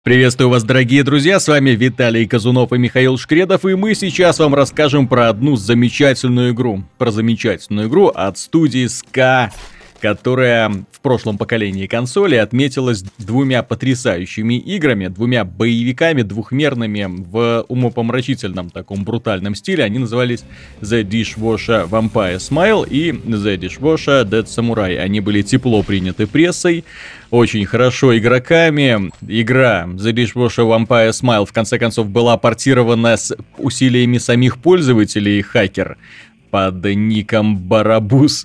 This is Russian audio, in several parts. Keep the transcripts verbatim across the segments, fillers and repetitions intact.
Приветствую вас, дорогие друзья, с вами Виталий Казунов и Михаил Шкредов, и мы сейчас вам расскажем про одну замечательную игру. Про замечательную игру от студии ска, которая в прошлом поколении консоли отметилась двумя потрясающими играми, двумя боевиками двухмерными в умопомрачительном таком брутальном стиле. Они назывались The Dishwasher Vampire Smile и The Dishwasher Dead Samurai. Они были тепло приняты прессой, очень хорошо игроками. Игра The Dishwasher Vampire Smile в конце концов была портирована с усилиями самих пользователей. Хакер под ником Барабус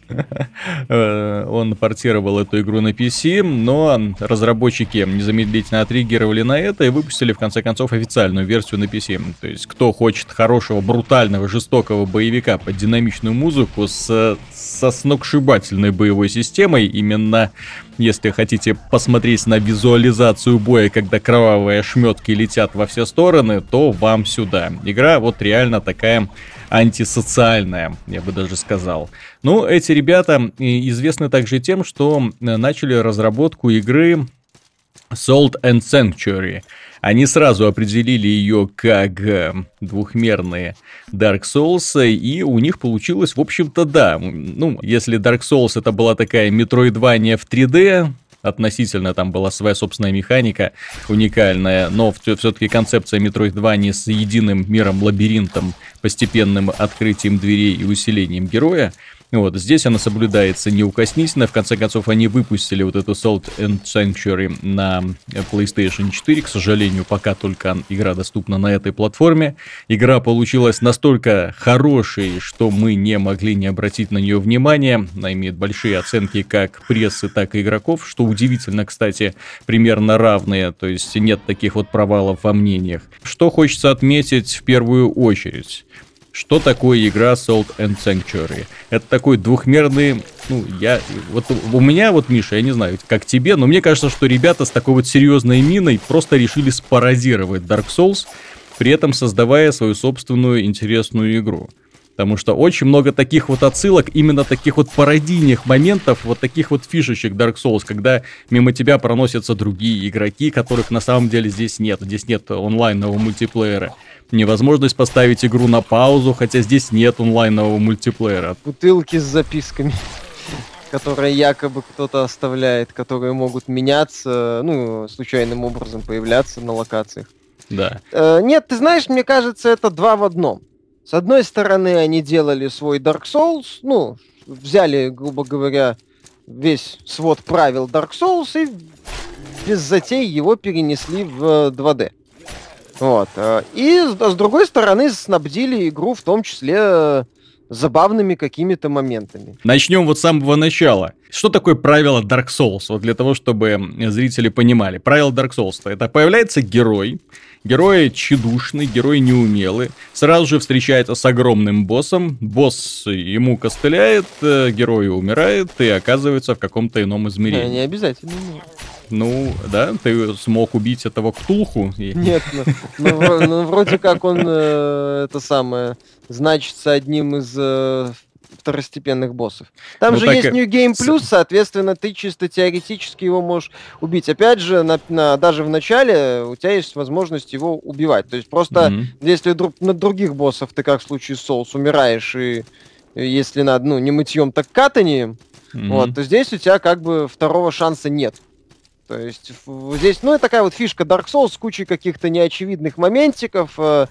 он портировал эту игру на пи си, но разработчики незамедлительно отреагировали на это и выпустили в конце концов официальную версию на пи си. То есть, кто хочет хорошего, брутального, жестокого боевика под динамичную музыку с, со сногсшибательной боевой системой, именно если хотите посмотреть на визуализацию боя, когда кровавые ошметки летят во все стороны, то вам сюда. Игра вот реально такая антисоциальная, я бы даже сказал. Ну, эти ребята известны также тем, что начали разработку игры Salt and Sanctuary. Они сразу определили ее как двухмерные Dark Souls, и у них получилось, в общем-то, да. Ну, если Dark Souls это была такая метроидвания в три дэ, относительно там была своя собственная механика уникальная, но все-таки концепция метроидвании с единым миром-лабиринтом, постепенным открытием дверей и усилением героя. Вот, здесь она соблюдается неукоснительно. В конце концов, они выпустили вот эту Salt and Sanctuary на PlayStation четыре. К сожалению, пока только игра доступна на этой платформе. Игра получилась настолько хорошей, что мы не могли не обратить на нее внимания. Она имеет большие оценки как прессы, так и игроков, что удивительно, кстати, примерно равные. То есть нет таких вот провалов во мнениях. Что хочется отметить в первую очередь? Что такое игра Salt and Sanctuary? Это такой двухмерный, ну, я, вот у меня вот, Миша, я не знаю, как тебе, но мне кажется, что ребята с такой вот серьезной миной просто решили спародировать Dark Souls, при этом создавая свою собственную интересную игру. Потому что очень много таких вот отсылок, именно таких вот пародийных моментов, вот таких вот фишечек Dark Souls, когда мимо тебя проносятся другие игроки, которых на самом деле здесь нет. Здесь нет онлайнового мультиплеера. Невозможность поставить игру на паузу, хотя здесь нет онлайнового мультиплеера. Бутылки с записками, которые якобы кто-то оставляет, которые могут меняться, ну, случайным образом появляться на локациях. Да. Э, нет, ты знаешь, мне кажется, это два в одном. С одной стороны, они делали свой Dark Souls, ну, взяли, грубо говоря, весь свод правил Dark Souls и без затей его перенесли в два дэ. Вот. И с другой стороны, снабдили игру в том числе забавными какими-то моментами. Начнем вот с самого начала. Что такое правило Dark Souls? Вот для того, чтобы зрители понимали. Правило Dark Souls — это появляется герой. Герой тщедушный, герой неумелый. Сразу же встречается с огромным боссом. Босс ему костыляет, герой умирает и оказывается в каком-то ином измерении. Не, не обязательно. Ну, да, ты смог убить этого Ктулху? Нет, ну, ну, ну вроде как он, э, это самое, значится одним из э, второстепенных боссов. Там ну, же так... есть New Game Plus, соответственно, ты чисто теоретически его можешь убить. Опять же, на, на, даже в начале у тебя есть возможность его убивать. То есть просто, mm-hmm. если друг, на других боссов ты, как в случае с Souls, умираешь, и если надо, ну, не мытьем, так катанием, mm-hmm. вот, то здесь у тебя как бы второго шанса нет. То есть здесь, ну, и такая вот фишка Dark Souls с кучей каких-то неочевидных моментиков, э,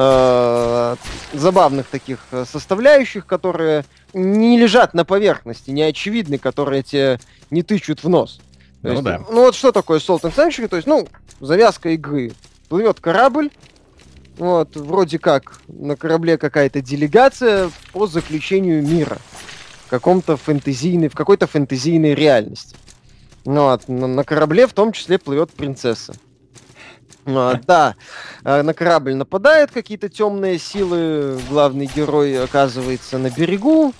э, забавных таких составляющих, которые не лежат на поверхности, неочевидны, которые тебе не тычут в нос. То ну есть, да. Ну вот что такое Salt and Sanctuary? То есть, ну, завязка игры. Плывет корабль, вот, вроде как на корабле какая-то делегация по заключению мира в каком-то фэнтезийной, в какой-то фэнтезийной реальности. Ну, вот, на, на корабле в том числе плывет принцесса. А, да, на корабль нападают какие-то темные силы, главный герой оказывается на берегу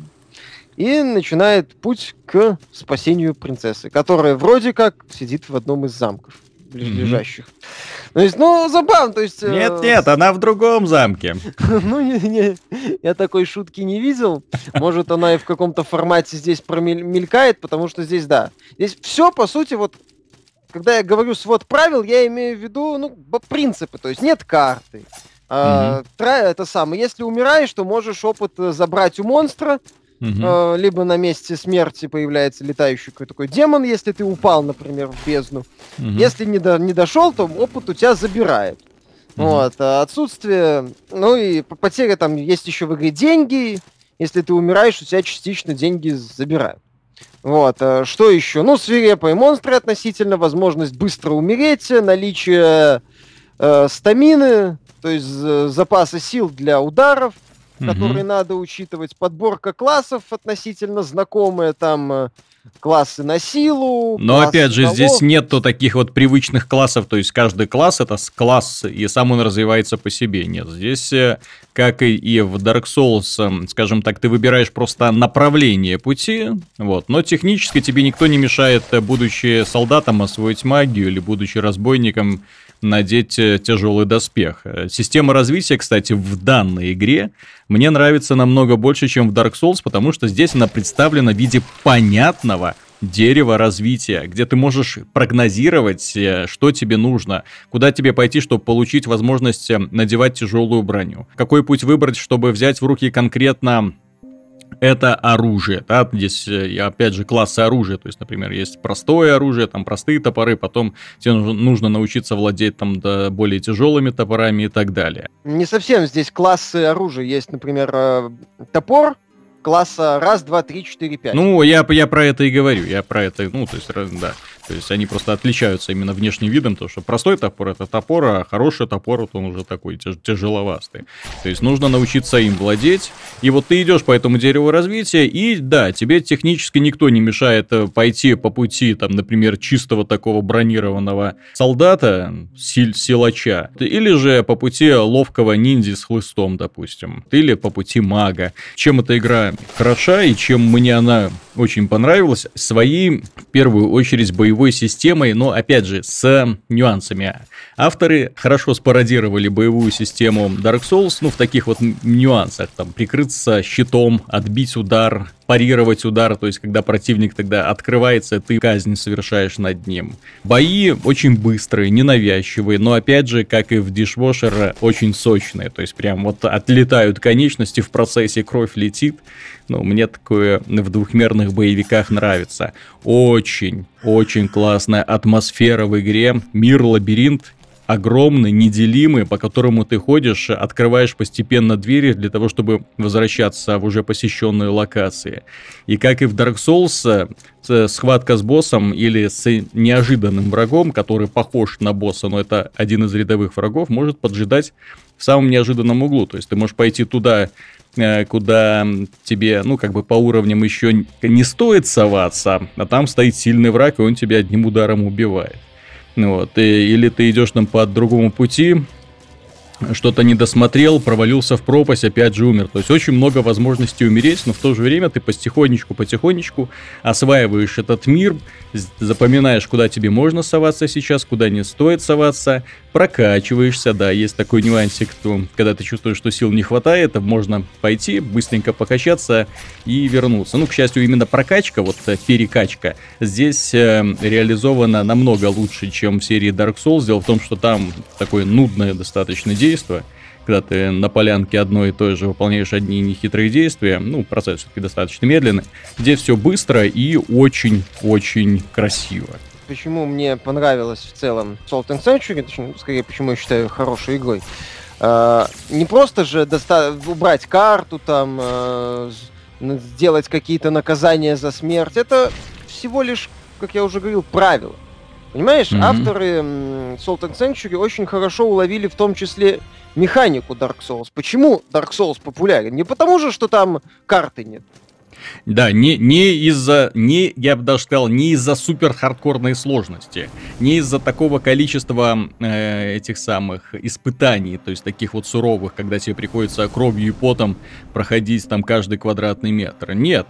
и начинает путь к спасению принцессы, которая вроде как сидит в одном из замков ближайших. Mm-hmm. То есть, ну, забавно, то есть... Нет-нет, э... она в другом замке. Ну, не, не, я такой шутки не видел. Может, она и в каком-то формате здесь промелькает, потому что здесь, да, здесь все, по сути, вот когда я говорю свод правил, я имею в виду, ну, принципы, то есть нет карты. Uh-huh. А, это самое, если умираешь, то можешь опыт забрать у монстра, uh-huh. а, либо на месте смерти появляется летающий какой-то такой демон, если ты упал, например, в бездну. Uh-huh. Если не, до, не дошел, то опыт у тебя забирает. Uh-huh. Вот, а отсутствие, ну и потеря там, есть еще в игре деньги, если ты умираешь, у тебя частично деньги забирают. Вот, а что еще? Ну, свирепые монстры относительно, возможность быстро умереть, наличие э, стамины, то есть запасы сил для ударов, mm-hmm. которые надо учитывать. Подборка классов относительно знакомая, там классы на силу. Но опять же, здесь нету таких вот привычных классов, то есть каждый класс это класс, и сам он развивается по себе. Нет, здесь, как и в Dark Souls, скажем так, ты выбираешь просто направление пути, вот, но технически тебе никто не мешает, будучи солдатом, освоить магию или будучи разбойником, надеть тяжелый доспех. Система развития, кстати, в данной игре мне нравится намного больше, чем в Dark Souls, потому что здесь она представлена в виде понятного дерева развития, где ты можешь прогнозировать, что тебе нужно, куда тебе пойти, чтобы получить возможность надевать тяжелую броню, какой путь выбрать, чтобы взять в руки конкретно это оружие, да, здесь, опять же, классы оружия, то есть, например, есть простое оружие, там, простые топоры, потом тебе нужно, нужно научиться владеть, там, да, более тяжелыми топорами и так далее. Не совсем здесь классы оружия, есть, например, топор класса раз, два, три, четыре, пять. Ну, я, я про это и говорю, я про это, ну, то есть, да, то есть, они просто отличаются именно внешним видом, потому что простой топор — это топор, а хороший топор — он уже такой тяж- тяжеловастый. То есть, нужно научиться им владеть, и вот ты идешь по этому дереву развития, и, да, тебе технически никто не мешает пойти по пути, там, например, чистого такого бронированного солдата, сил- силача, или же по пути ловкого ниндзя с хлыстом, допустим, или по пути мага. Чем эта игра хороша, и чем мне она очень понравилась, своей, в первую очередь, боевой системой, но, опять же, с нюансами. Авторы хорошо спародировали боевую систему Dark Souls, ну, в таких вот нюансах, там, прикрыться щитом, отбить удар, парировать удар, то есть, когда противник тогда открывается, ты казнь совершаешь над ним. Бои очень быстрые, ненавязчивые, но, опять же, как и в Dishwasher, очень сочные, то есть, прям вот отлетают конечности, в процессе кровь летит. Ну, мне такое в двухмерных боевиках нравится. Очень, очень классная атмосфера в игре, мир-лабиринт, огромный, неделимый, по которому ты ходишь, открываешь постепенно двери для того, чтобы возвращаться в уже посещенные локации. И как и в Dark Souls, схватка с боссом или с неожиданным врагом, который похож на босса, но это один из рядовых врагов, может поджидать в самом неожиданном углу. То есть ты можешь пойти туда, куда тебе, ну, как бы по уровням еще не стоит соваться, а там стоит сильный враг, и он тебя одним ударом убивает. Вот, и, или ты идешь там по другому пути, что-то не досмотрел, провалился в пропасть, опять же умер. То есть очень много возможностей умереть, но в то же время ты потихонечку-потихонечку осваиваешь этот мир, запоминаешь, куда тебе можно соваться сейчас, куда не стоит соваться, прокачиваешься, да, есть такой нюансик, что, когда ты чувствуешь, что сил не хватает, можно пойти, быстренько покачаться и вернуться. Ну, к счастью, именно прокачка, вот перекачка, здесь э, реализована намного лучше, чем в серии Dark Souls. Дело в том, что там такое нудное достаточно действие, когда ты на полянке одной и той же выполняешь одни нехитрые действия, ну, процесс все-таки достаточно медленный, здесь все быстро и очень-очень красиво. Почему мне понравилось в целом Salt and Sanctuary, точнее, скорее, почему я считаю хорошей игрой. Uh, не просто же доста- убрать карту, там, uh, сделать какие-то наказания за смерть. Это всего лишь, как я уже говорил, правила. Понимаешь, mm-hmm. авторы м, Salt and Sanctuary очень хорошо уловили в том числе механику Dark Souls. Почему Dark Souls популярен? Не потому же, что там карты нет. Да, не, не из-за, не, я бы даже сказал, не из-за супер хардкорной сложности, не из-за такого количества э, этих самых испытаний, то есть таких вот суровых, когда тебе приходится кровью и потом проходить там каждый квадратный метр. Нет.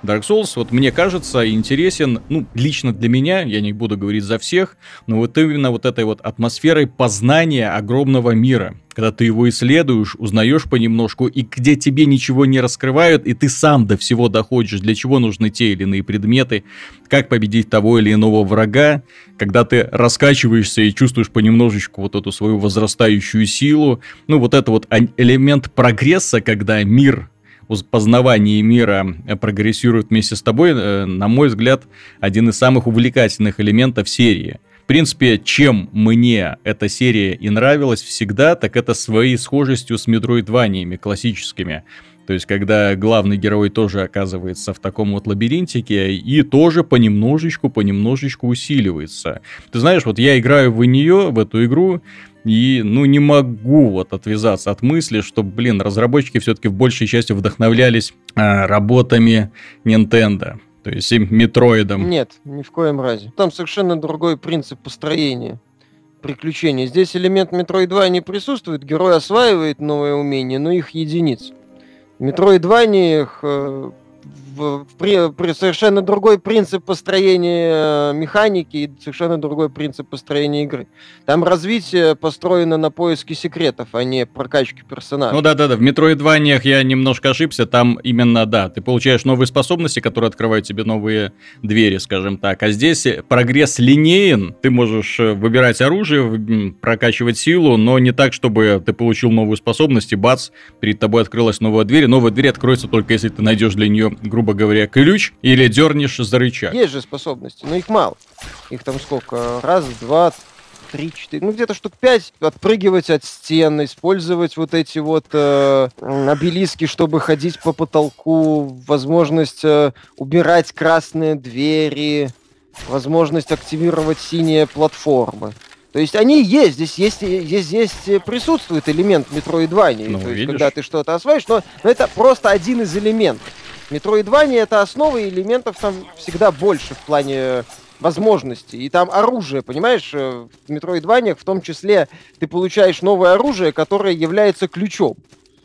Dark Souls, вот мне кажется, интересен, ну, лично для меня, я не буду говорить за всех, но вот именно вот этой вот атмосферой познания огромного мира. Когда ты его исследуешь, узнаешь понемножку, и где тебе ничего не раскрывают, и ты сам до всего доходишь, для чего нужны те или иные предметы, как победить того или иного врага, когда ты раскачиваешься и чувствуешь понемножечку вот эту свою возрастающую силу. Ну, вот это вот элемент прогресса, когда мир, познавание мира прогрессирует вместе с тобой, на мой взгляд, один из самых увлекательных элементов серии. В принципе, чем мне эта серия и нравилась всегда, так это своей схожестью с метроидваниями классическими. То есть, когда главный герой тоже оказывается в таком вот лабиринтике и тоже понемножечку, понемножечку усиливается. Ты знаешь, вот я играю в нее, в эту игру, и, ну, не могу вот отвязаться от мысли, что, блин, разработчики все-таки в большей части вдохновлялись а, работами Nintendo. То есть им Метроидом. Нет, ни в коем разе. Там совершенно другой принцип построения приключений. Здесь элемент Метроидвании присутствует, герой осваивает новые умения, но их единиц. В Метроидваниях э, в, в, при, при совершенно другой принцип построения механики и совершенно другой принцип построения игры. Там развитие построено на поиске секретов, а не прокачке персонажа. Ну да-да-да, в Метроидваниях я немножко ошибся, там именно, да, ты получаешь новые способности, которые открывают тебе новые двери, скажем так, а здесь прогресс линеен, ты можешь выбирать оружие, прокачивать силу, но не так, чтобы ты получил новую способность и бац, перед тобой открылась новая дверь, новая дверь откроется только если ты найдешь для нее, грубо говоря, ключ или дернешь за рычаг. Есть же способности, но их мало. Их там сколько? Раз, два, три, четыре, ну где-то штук пять. Отпрыгивать от стен, использовать вот эти вот э, обелиски, чтобы ходить по потолку, возможность э, убирать красные двери, возможность активировать синие платформы. То есть они есть, здесь есть, здесь, здесь присутствует элемент Метроидвании. Ну, то есть видишь? когда ты что-то осваиваешь, но, но это просто один из элементов. Метроидвания — это основа, и элементов там всегда больше в плане возможностей. И там оружие, понимаешь, в Метроидваниях в том числе ты получаешь новое оружие, которое является ключом.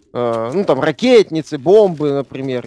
Э, ну, там, ракетницы, бомбы, например,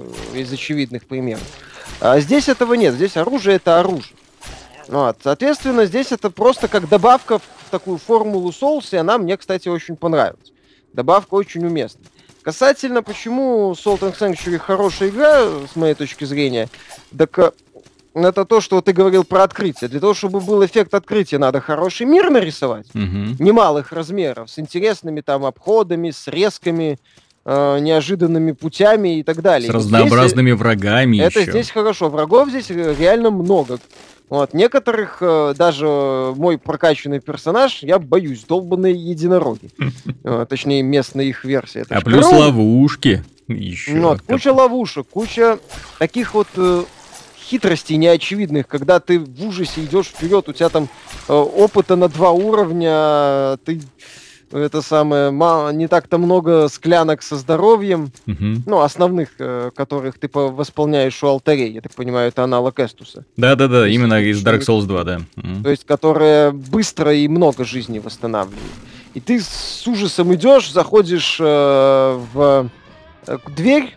из очевидных примеров. А здесь этого нет, здесь оружие — это оружие. Вот. Соответственно, здесь это просто как добавка в такую формулу Souls, и она мне, кстати, очень понравилась. Добавка очень уместная. Касательно, почему Salt and Sanctuary хорошая игра, с моей точки зрения, так это то, что ты говорил про открытие. Для того, чтобы был эффект открытия, надо хороший мир нарисовать, Угу. немалых размеров, с интересными там обходами, с резками, э, неожиданными путями и так далее. С Вот разнообразными врагами здесь, это еще. здесь хорошо. Врагов здесь реально много. Вот, некоторых, э, даже мой прокачанный персонаж, я боюсь, долбаные единороги. Э, Точнее, местная их версия. Это А ж плюс корова. ловушки еще. Ну, вот, куча ловушек, куча таких вот э, хитростей неочевидных, когда ты в ужасе идешь вперед, у тебя там э, опыта на два уровня, ты это самое, ма- не так-то много склянок со здоровьем, Мгм. ну, основных, э, которых ты по- восполняешь у алтарей, я так понимаю, это аналог Эстуса. Да-да-да, есть именно это из что- Dark Souls два, да. Мгм. То есть, которые быстро и много жизни восстанавливают. И ты с ужасом идешь, заходишь э, в э, дверь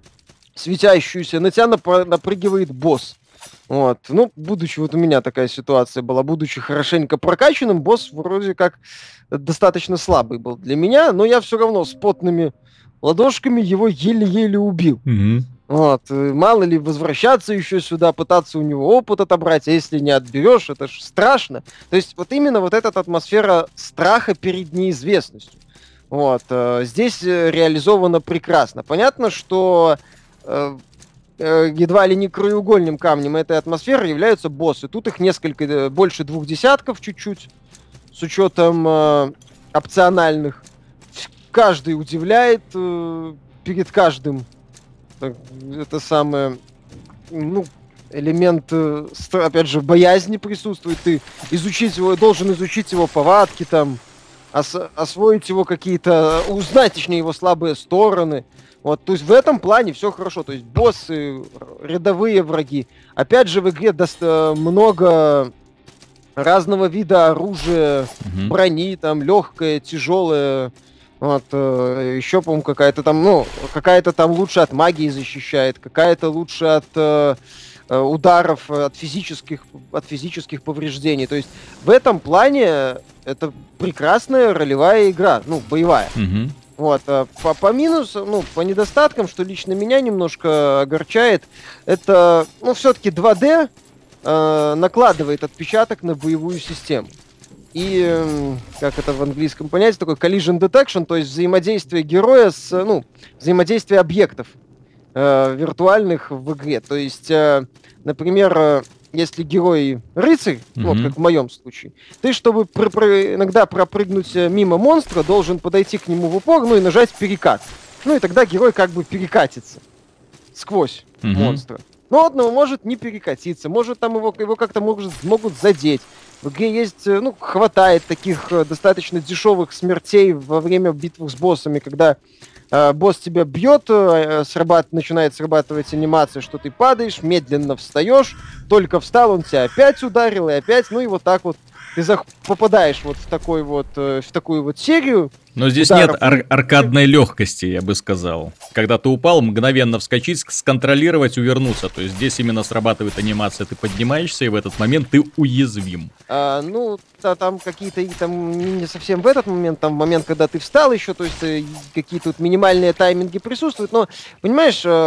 светящуюся, на тебя напр- напрыгивает босс. Вот. Ну, будучи, вот у меня такая ситуация была, будучи хорошенько прокачанным, босс вроде как достаточно слабый был для меня, но я все равно с потными ладошками его еле-еле убил. Мгм. Вот. э, Мало ли возвращаться еще сюда, пытаться у него опыт отобрать, а если не отберешь, это ж страшно. То есть вот именно вот эта атмосфера страха перед неизвестностью. Вот. э, Здесь э, реализовано прекрасно. Понятно, что э, э, едва ли не краеугольным камнем этой атмосферы являются боссы. Тут их несколько, э, больше двух десятков чуть-чуть, с учетом э, опциональных. Каждый удивляет, э, перед каждым так, это самое, ну, элемент, э, стра- опять же, боязни присутствует. Ты изучить его, должен изучить его повадки, там, ос- освоить его какие-то, узнать, точнее, его слабые стороны. Вот, то есть в этом плане все хорошо. То есть боссы, р- рядовые враги. Опять же, в игре доста- много разного вида оружия, Мгм. брони, там, легкое, тяжелое. Вот, э, еще, по-моему, какая-то там, ну, какая-то там лучше от магии защищает, какая-то лучше от э, э, ударов, от физических, от физических повреждений. То есть в этом плане это прекрасная ролевая игра, ну, боевая. Мгм. Вот, а по, по минусам, ну, по недостаткам, что лично меня немножко огорчает, это, ну, все-таки два дэ э, накладывает отпечаток на боевую систему. И, м, как это в английском понятие, такой collision detection, то есть взаимодействие героя с, э, ну, взаимодействие объектов э, виртуальных в игре. То есть, э, например, э, если герой рыцарь, ну, вот Мгм. как в моем случае, ты, чтобы про- про- иногда пропрыгнуть э, мимо монстра, должен подойти к нему в упор, ну и нажать перекат. Ну и тогда герой как бы перекатится сквозь Мгм. монстра. Но он ну, может не перекатиться, может там его, его как-то может, могут задеть. В игре есть, э, ну, хватает таких э, достаточно дешевых смертей во время битв с боссами, когда э, босс тебя бьет, э, срабат- начинает срабатывать анимация, что ты падаешь, медленно встаешь, только встал, он тебя опять ударил, и опять, ну и вот так вот ты зах- попадаешь вот в, такой вот, э, в такую вот серию. Но здесь ударов. нет ар- аркадной легкости, я бы сказал. Когда ты упал, мгновенно вскочить, сконтролировать, увернуться. То есть здесь именно срабатывает анимация, ты поднимаешься, и в этот момент ты уязвим. А, ну, та- там какие-то, и там не не совсем в этот момент, там момент, когда ты встал еще, то есть э, какие-то вот минимальные тайминги присутствуют, но, понимаешь, э,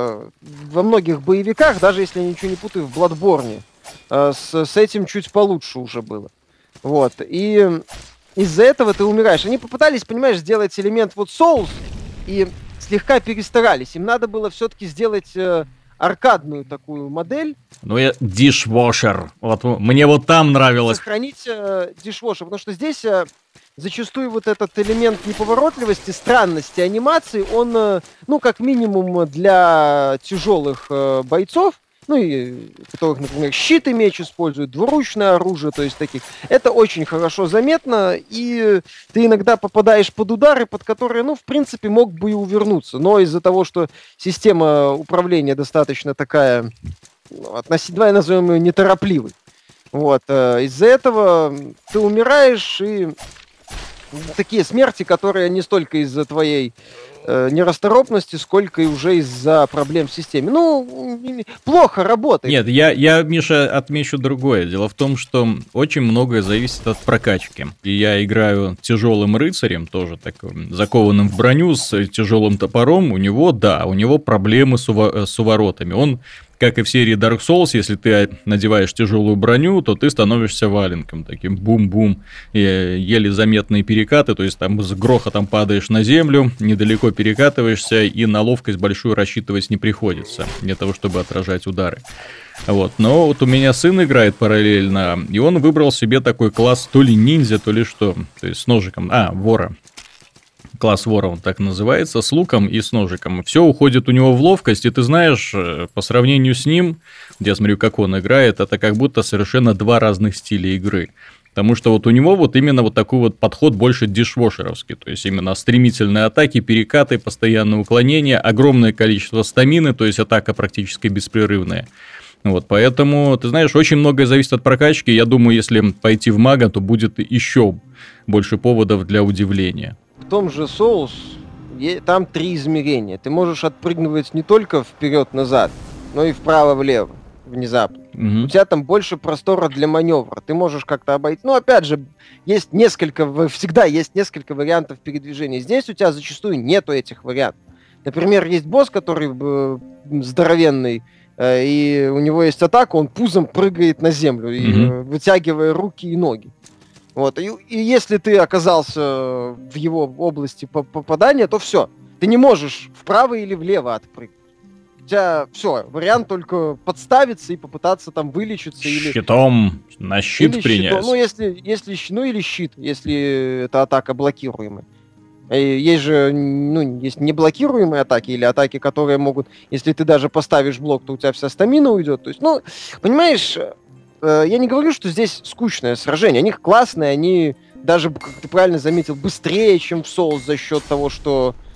во многих боевиках, даже если я ничего не путаю, в Bloodborne, э, с, с этим чуть получше уже было. Вот, и из-за этого ты умираешь. Они попытались, понимаешь, сделать элемент вот Souls, и слегка перестарались. Им надо было все-таки сделать э, аркадную такую модель, Ну, я дишвошер. Вот м- мне вот там нравилось. сохранить э, дишвошер, потому что здесь э, зачастую вот этот элемент неповоротливости, странности анимации, он, э, ну, как минимум для тяжелых э, бойцов, ну, и которых, например, щит и меч используют, двуручное оружие, то есть таких, это очень хорошо заметно, и ты иногда попадаешь под удары, под которые, ну, в принципе, мог бы и увернуться, но из-за того, что система управления достаточно такая, ну, относительно, давай назовем ее неторопливой, вот, э, из-за этого ты умираешь, и такие смерти, которые не столько из-за твоей э, нерасторопности, сколько и уже из-за проблем в системе. Ну, м, плохо работает. Нет, я, я, Миша, отмечу другое. Дело в том, что очень многое зависит от прокачки. И я играю тяжелым рыцарем, тоже таким закованным в броню, с тяжелым топором. У него, да, у него проблемы с, ува- с уворотами. Он, как и в серии Dark Souls, если ты надеваешь тяжелую броню, то ты становишься валенком, таким бум-бум, и еле заметные перекаты, то есть там с грохотом падаешь на землю, недалеко перекатываешься, и на ловкость большую рассчитывать не приходится, для того, чтобы отражать удары. Вот. Но вот у меня сын играет параллельно, и он выбрал себе такой класс то ли ниндзя, то ли что, то есть с ножиком, а, вора. Класс вора он так называется, с луком и с ножиком. Все уходит у него в ловкость, и ты знаешь, э, по сравнению с ним, где я смотрю, как он играет, это как будто совершенно два разных стиля игры. Потому что вот у него вот именно вот такой вот подход больше дишвошеровский. То есть именно стремительные атаки, перекаты, постоянное уклонение, огромное количество стамины, то есть атака практически беспрерывная. Вот, поэтому, ты знаешь, очень многое зависит от прокачки. Я думаю, если пойти в мага, то будет еще больше поводов для удивления. В том же Souls е- там три измерения. Ты можешь отпрыгнуть не только вперед-назад, но и вправо-влево внезапно. Мгм. У тебя там больше простора для маневра. Ты можешь как-то обойти. Ну, опять же, есть несколько, в- всегда есть несколько вариантов передвижения. Здесь у тебя зачастую нету этих вариантов. Например, есть босс, который э, здоровенный, э, и у него есть атака, он пузом прыгает на землю, и, Мгм. э, вытягивая руки и ноги. Вот. И, и если ты оказался в его области по- попадания, то все. Ты не можешь вправо или влево отпрыгнуть. У тебя все, вариант только подставиться и попытаться там вылечиться или... Щитом на щит или принять. щитом. Ну, если, если, щ- ну, или щит, если это атака блокируемая. И есть же, ну, есть неблокируемые атаки или атаки, которые могут, если ты даже поставишь блок, то у тебя вся стамина уйдет. То есть, ну, понимаешь, э, я не говорю, что здесь скучное сражение. Они классные, они даже, как ты правильно заметил, быстрее, чем в Souls за счет того, что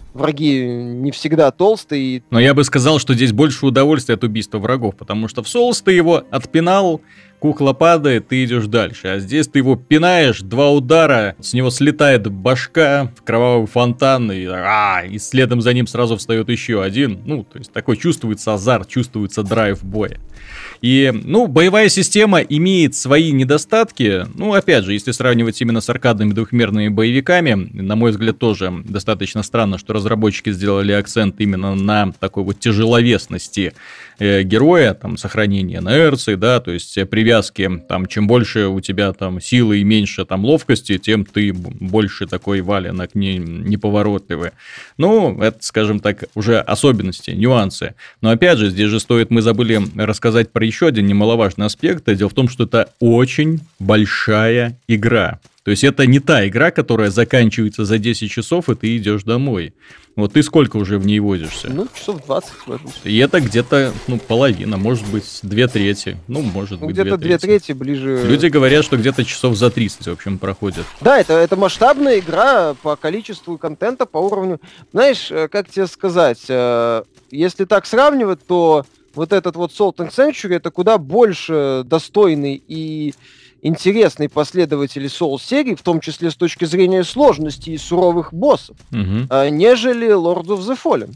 враги не всегда толстые. Но я бы сказал, что здесь больше удовольствия от убийства врагов, потому что в Souls ты его отпинал, кукла падает, ты идешь дальше. А здесь ты его пинаешь, два удара, с него слетает башка, кровавый фонтан, и, а, и следом за ним сразу встает еще один. Ну, то есть такой чувствуется азарт, чувствуется драйв боя. И, ну, боевая система имеет свои недостатки. Ну, опять же, если сравнивать именно с аркадными двухмерными боевиками, на мой взгляд, тоже достаточно странно, что разработчики сделали акцент именно на такой вот тяжеловесности э, героя, там, сохранение инерции, да, то есть привязки, там, чем больше у тебя там силы и меньше там ловкости, тем ты больше такой валенок не, неповоротливый. Ну, это, скажем так, уже особенности, нюансы. Но, опять же, здесь же стоит, мы забыли рассказать про еще один немаловажный аспект. Дело в том, что это очень большая игра. То есть это не та игра, которая заканчивается за десять часов, и ты идешь домой. Вот ты сколько уже в ней возишься? Ну, часов двадцать вложусь. И это где-то, ну, половина, может быть, две трети. Ну, может Ну, быть, где-то две трети ближе... Люди говорят, что где-то часов за тридцать, в общем, проходит. Да, это, это масштабная игра по количеству контента, по уровню. Знаешь, как тебе сказать, если так сравнивать, то вот этот вот Salt and Sanctuary это куда больше достойный и интересный последователь Souls серии, в том числе с точки зрения сложности и суровых боссов, угу. нежели Lords of the Fallen.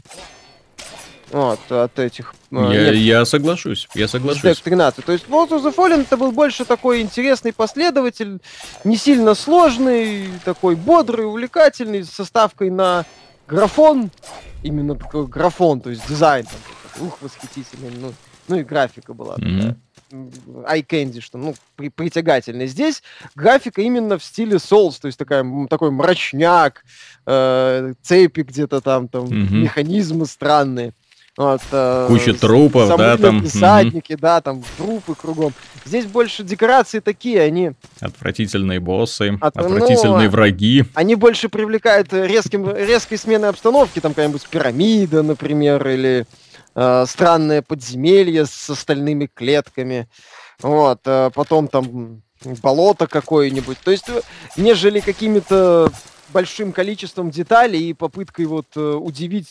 Вот, от этих... Я, я соглашусь, я соглашусь. тринадцать. То есть Lords of the Fallen это был больше такой интересный последователь, не сильно сложный, такой бодрый, увлекательный, с ставкой на графон, именно такой графон, то есть дизайн, там, ух, восхитительный, ну, ну и графика была такая. Mm-hmm. Eye candy, что, ну, при, притягательная. Здесь графика именно в стиле Souls, то есть такая, такой мрачняк, э, цепи где-то там, там mm-hmm. механизмы странные. Вот, э, куча трупов, да, там. Всадники, mm-hmm. да, там трупы кругом. Здесь больше декорации такие, они... Отвратительные боссы, От, отвратительные ну, враги. Они больше привлекают резким, резкой сменой обстановки, там какая-нибудь пирамида, например, или э, странное подземелье с остальными клетками. Вот, э, потом там болото какое-нибудь. То есть, нежели какими-то большим количеством деталей и попыткой вот э, удивить...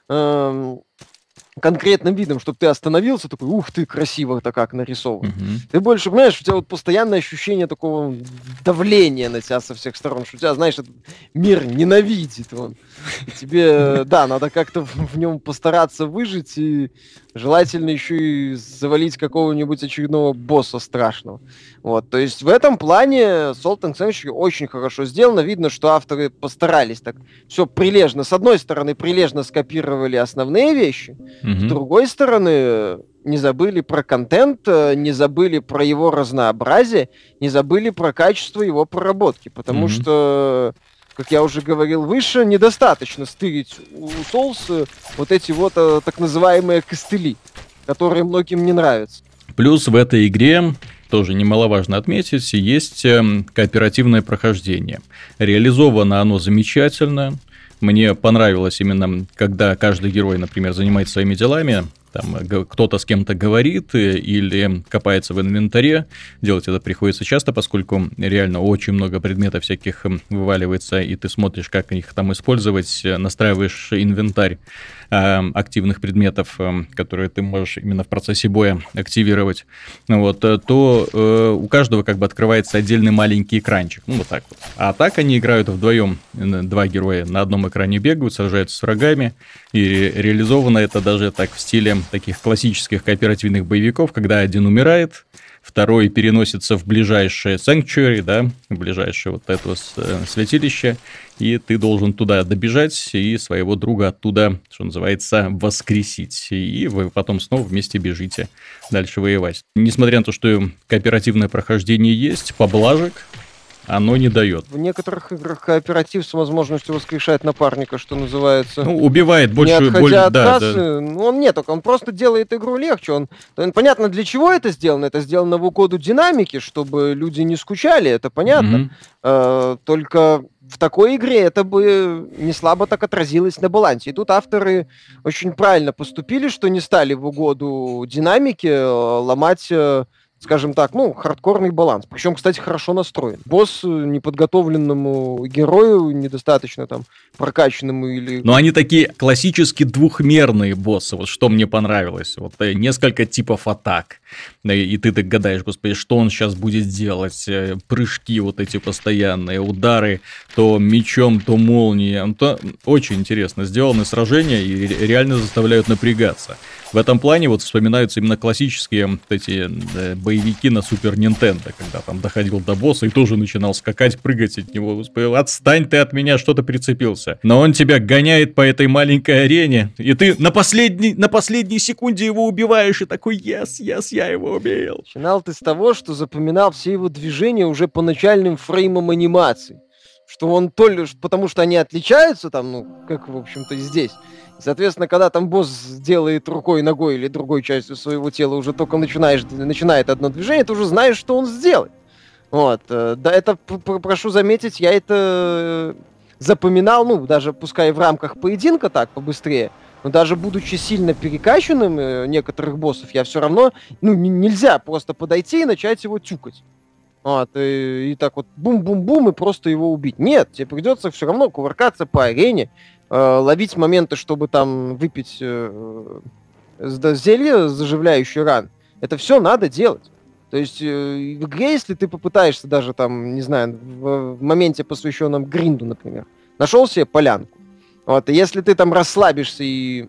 Э, конкретным видом, чтобы ты остановился, такой, ух ты, красиво-то как нарисован. Uh-huh. Ты больше, понимаешь, у тебя вот постоянное ощущение такого давления на тебя со всех сторон, что у тебя, знаешь, этот мир ненавидит. Он. И тебе, да, надо как-то в, в нем постараться выжить и желательно еще и завалить какого-нибудь очередного босса страшного. Вот, то есть в этом плане Salt and Sanctuary очень хорошо сделано. Видно, что авторы постарались так все прилежно. С одной стороны, прилежно скопировали основные вещи, mm-hmm. с другой стороны, не забыли про контент, не забыли про его разнообразие, не забыли про качество его проработки, потому mm-hmm. что, как я уже говорил выше, недостаточно стырить у Souls вот эти вот а, так называемые костыли, которые многим не нравятся. Плюс в этой игре, тоже немаловажно отметить, есть кооперативное прохождение. Реализовано оно замечательно. Мне понравилось именно, когда каждый герой, например, занимается своими делами, там кто-то с кем-то говорит или копается в инвентаре. Делать это приходится часто, поскольку реально очень много предметов всяких вываливается, и ты смотришь, как их там использовать, настраиваешь инвентарь активных предметов, которые ты можешь именно в процессе боя активировать, вот, то э, у каждого как бы открывается отдельный маленький экранчик, ну вот так вот. А так они играют вдвоем, два героя на одном экране бегают, сражаются с врагами, и ре- реализовано это даже так в стиле таких классических кооперативных боевиков, когда один умирает, второй переносится в ближайшее Sanctuary, да, в ближайшее вот это святилище, и ты должен туда добежать и своего друга оттуда, что называется, воскресить. И вы потом снова вместе бежите дальше воевать. Несмотря на то, что кооперативное прохождение есть, поблажек оно не дает. В некоторых играх кооператив с возможностью воскрешать напарника, что называется. Ну, убивает больше... Не отходя боль... от да, кассы, да. Ну, он нет, он просто делает игру легче. Он, он, понятно, для чего это сделано. Это сделано в угоду динамики, чтобы люди не скучали, это понятно. Mm-hmm. Э, только в такой игре это бы не слабо так отразилось на балансе. И тут авторы очень правильно поступили, что не стали в угоду динамики ломать скажем так, ну, хардкорный баланс. Причем, кстати, хорошо настроен. Босс неподготовленному герою, недостаточно там прокачанному или... Но они такие классически двухмерные боссы, вот что мне понравилось. Вот э, несколько типов атак. И, и ты так гадаешь, господи, что он сейчас будет делать? Э, прыжки вот эти постоянные, удары то мечом, то молнией. То... Очень интересно сделаны сражения и реально заставляют напрягаться. В этом плане вот вспоминаются именно классические вот эти да, боевики на Супер Нинтендо, когда там доходил до босса и тоже начинал скакать, прыгать от него. Отстань ты от меня, что-то прицепился. Но он тебя гоняет по этой маленькой арене, и ты на последней, на последней секунде его убиваешь, и такой, yes, yes, я его убил. Начинал ты с того, что запоминал все его движения уже по начальным фреймам анимации. Что он то ли, потому что они отличаются там, ну, как, в общем-то, и здесь. Соответственно, когда там босс делает рукой, ногой или другой частью своего тела, уже только начинаешь, начинает одно движение, ты уже знаешь, что он сделает. Вот. Да, это, прошу заметить, я это запоминал, ну, даже пускай в рамках поединка так, побыстрее, но даже будучи сильно перекачанным некоторых боссов, я все равно, ну, н- нельзя просто подойти и начать его тюкать. Вот, и, и так вот бум-бум-бум и просто его убить. Нет, тебе придется все равно кувыркаться по арене, э, ловить моменты, чтобы там выпить э, зелье, заживляющий ран. Это все надо делать. То есть э, в игре, если ты попытаешься даже там, не знаю, в, в моменте, посвященном гринду, например, нашел себе полянку. Вот, и если ты там расслабишься и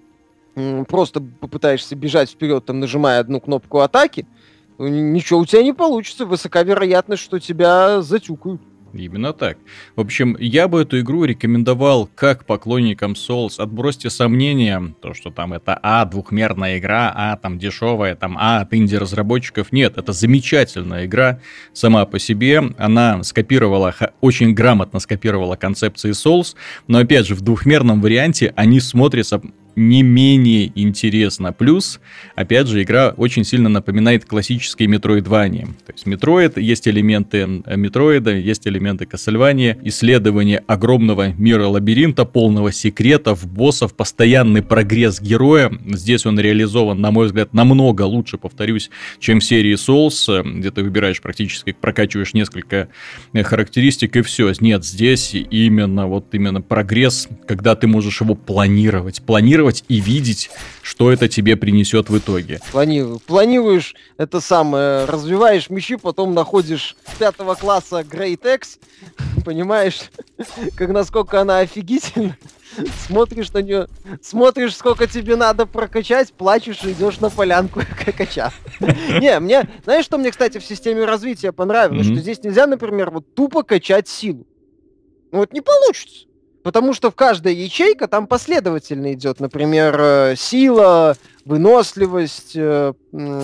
м, просто попытаешься бежать вперед, там, нажимая одну кнопку атаки, ничего у тебя не получится. Высока вероятность, что тебя затюкают. Именно так. В общем, я бы эту игру рекомендовал как поклонникам Souls. Отбросьте сомнения, то, что там это а, двухмерная игра, а, там дешевая, там а, от инди-разработчиков. Нет, это замечательная игра сама по себе. Она скопировала, очень грамотно скопировала концепции Souls, но опять же, в двухмерном варианте они смотрятся не менее интересно. Плюс, опять же, игра очень сильно напоминает классические Metroidvania. То есть Metroid, есть элементы Metroid, есть элементы Castlevania, исследование огромного мира лабиринта, полного секретов, боссов, постоянный прогресс героя. Здесь он реализован, на мой взгляд, намного лучше, повторюсь, чем в серии Souls, где ты выбираешь практически, прокачиваешь несколько характеристик и все. Нет, здесь именно вот именно прогресс, когда ты можешь его планировать, планировать и видеть, что это тебе принесет в итоге. Планирую. Планируешь это самое, развиваешь мечи, потом находишь пятого класса Great X, понимаешь, как насколько она офигительна, смотришь на нее, смотришь, сколько тебе надо прокачать, плачешь и идешь на полянку качать. Не, мне, знаешь, что мне, кстати, в системе развития понравилось? Что здесь нельзя, например, вот тупо качать силу. Ну вот не получится. Потому что в каждой ячейка там последовательно идет, например, сила, выносливость, не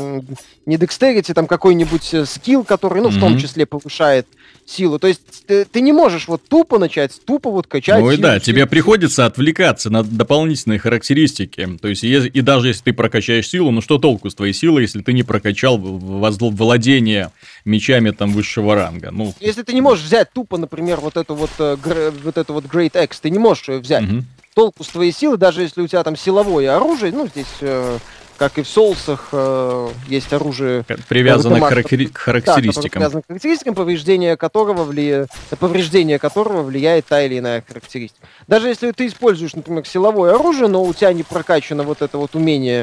декстерити, там какой-нибудь скилл, который, ну, mm-hmm. в том числе повышает силу. То есть ты, ты не можешь вот тупо начать, тупо вот качать. Ну и силу, да, силу, тебе силу. приходится отвлекаться на дополнительные характеристики. То есть и, и даже если ты прокачаешь силу, ну что толку с твоей силой, если ты не прокачал возл- владение мечами там высшего ранга? Ну, если ты не можешь взять тупо, например, вот эту вот, э, вот эту вот Great X, ты не можешь ее взять. Mm-hmm. Толку с твоей силы, даже если у тебя там силовое оружие, ну здесь... Э, как и в Соусах, э, есть оружие... Привязано к, характери- к характеристикам. Да, привязано к характеристикам, повреждение которого, вли... повреждение которого влияет та или иная характеристика. Даже если ты используешь, например, силовое оружие, но у тебя не прокачано вот это вот умение,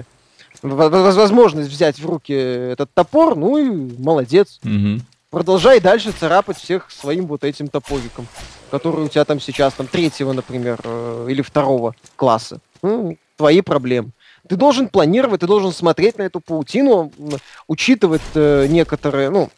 возможность взять в руки этот топор, ну и молодец. Угу. Продолжай дальше царапать всех своим вот этим топориком, который у тебя там сейчас, там, третьего, например, э, или второго класса. Ну, твои проблемы. Ты должен планировать, ты должен смотреть на эту паутину, учитывать э, некоторые, ну,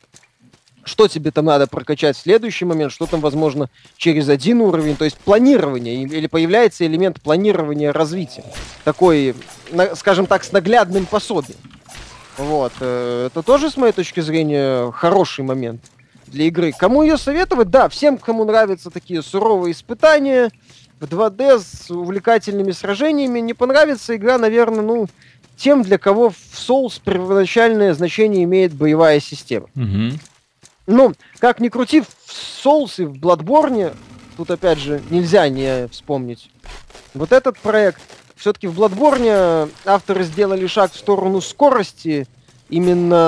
что тебе там надо прокачать в следующий момент, что там, возможно, через один уровень, то есть планирование, или появляется элемент планирования развития, такой, на, скажем так, с наглядным пособием. Вот, э, это тоже, с моей точки зрения, хороший момент для игры. Кому ее советовать? Да, всем, кому нравятся такие суровые испытания, в два дэ с увлекательными сражениями. Не понравится игра, наверное, ну, тем, для кого в Souls первоначальное значение имеет боевая система. Угу. Ну, как ни крути, в Souls и в Bloodborne, тут, опять же, нельзя не вспомнить вот этот проект. Все-таки в Bloodborne авторы сделали шаг в сторону скорости, именно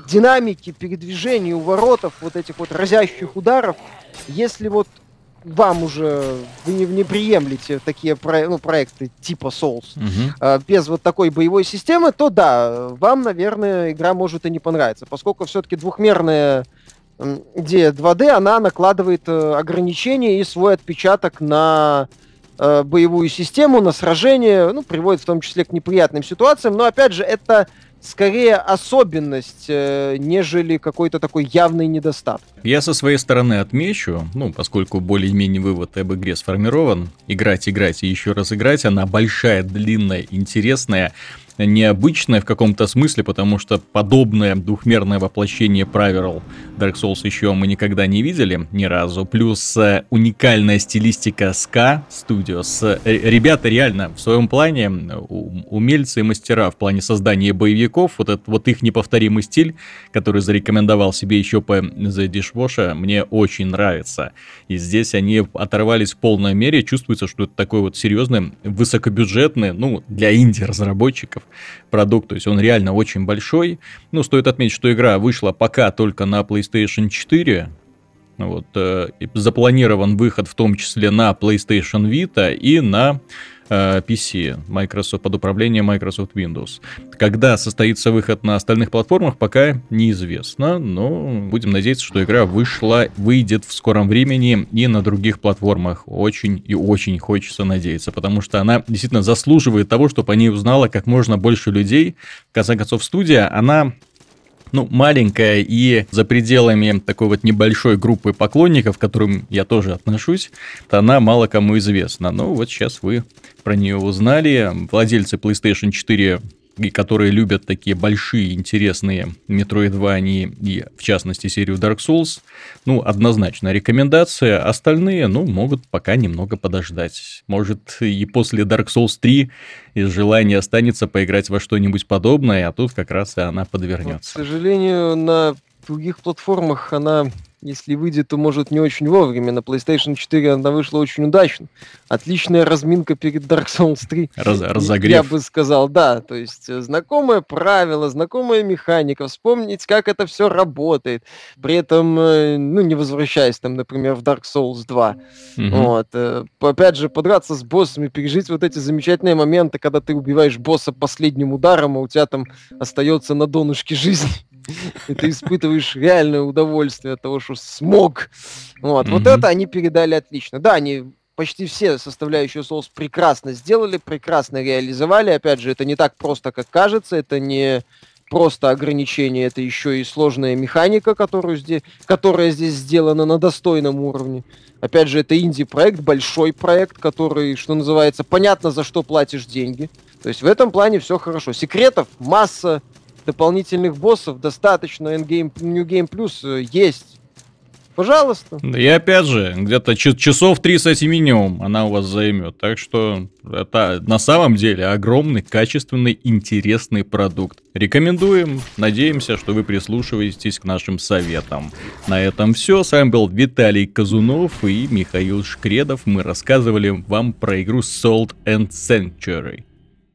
динамики, передвижений, уворотов, вот этих вот разящих ударов, если вот вам уже, вы не, не приемлете такие про, ну, проекты типа Souls Угу. э, без вот такой боевой системы, то да, вам, наверное, игра может и не понравиться, поскольку все-таки двухмерная м, идея два дэ, она накладывает э, ограничения и свой отпечаток на э, боевую систему, на сражение, ну, приводит в том числе к неприятным ситуациям, но, опять же, это скорее особенность, э, нежели какой-то такой явный недостаток. Я со своей стороны отмечу, ну, поскольку более-менее вывод об игре сформирован, играть, играть и еще раз играть, она большая, длинная, интересная, необычная в каком-то смысле, потому что подобное двухмерное воплощение правил Dark Souls еще мы никогда не видели ни разу. Плюс э, уникальная стилистика ска Studios. Э, ребята реально в своем плане у- умельцы и мастера в плане создания боевиков. Вот этот вот их неповторимый стиль, который зарекомендовал себе еще по The Dishwasher, мне очень нравится. И здесь они оторвались в полной мере. Чувствуется, что это такой вот серьезный, высокобюджетный, ну, для инди-разработчиков продукт, то есть он реально очень большой. Ну, стоит отметить, что игра вышла пока только на PlayStation четыре. Вот, э, и запланирован выход в том числе на PlayStation Vita и на э, пи си, Microsoft, под управлением Microsoft Windows. Когда состоится выход на остальных платформах, пока неизвестно, но будем надеяться, что игра вышла, выйдет в скором времени и на других платформах. Очень и очень хочется надеяться, потому что она действительно заслуживает того, чтобы о ней узнало как можно больше людей. В конце концов, студия, она... ну, маленькая и за пределами такой вот небольшой группы поклонников, к которым я тоже отношусь, то она мало кому известна. Но вот сейчас вы про нее узнали. Владельцы PlayStation четыре, и которые любят такие большие, интересные Metroidvania и, в частности, серию Dark Souls, ну, однозначно рекомендация. Остальные, ну, могут пока немного подождать. Может, и после Dark Souls три из желания останется поиграть во что-нибудь подобное, а тут как раз и она Вот, к подвернется. сожалению, на других платформах она, если выйдет, то может не очень вовремя. На PlayStation четыре она вышла очень удачно. Отличная разминка перед Dark Souls три. Раз- Я разогрев. бы сказал, да. То есть э, знакомое правило, знакомая механика, вспомнить, как это все работает. При этом, э, ну, не возвращаясь, там, например, в Dark Souls два. Мгм. Вот. э, п- Опять же, подраться с боссами, пережить вот эти замечательные моменты, когда ты убиваешь босса последним ударом, а у тебя там остается на донышке жизни. И ты испытываешь реальное удовольствие от того, что смог. Вот, вот Мгм. это они передали отлично. Да, они почти все составляющие Souls прекрасно сделали, прекрасно реализовали. Опять же, это не так просто, как кажется. Это не просто ограничение, это еще и сложная механика, которую здесь, которая здесь сделана на достойном уровне. Опять же, это инди-проект, большой проект, который, что называется, понятно, за что платишь деньги. То есть в этом плане все хорошо. Секретов масса, дополнительных боссов достаточно, Endgame, New Game Plus э, есть. Пожалуйста. Да. И опять же, где-то ч- часов тридцать минимум она у вас займет. Так что это на самом деле огромный, качественный, интересный продукт. Рекомендуем. Надеемся, что вы прислушиваетесь к нашим советам. На этом все. С вами был Виталий Казунов и Михаил Шкредов. Мы рассказывали вам про игру Salt and Sanctuary.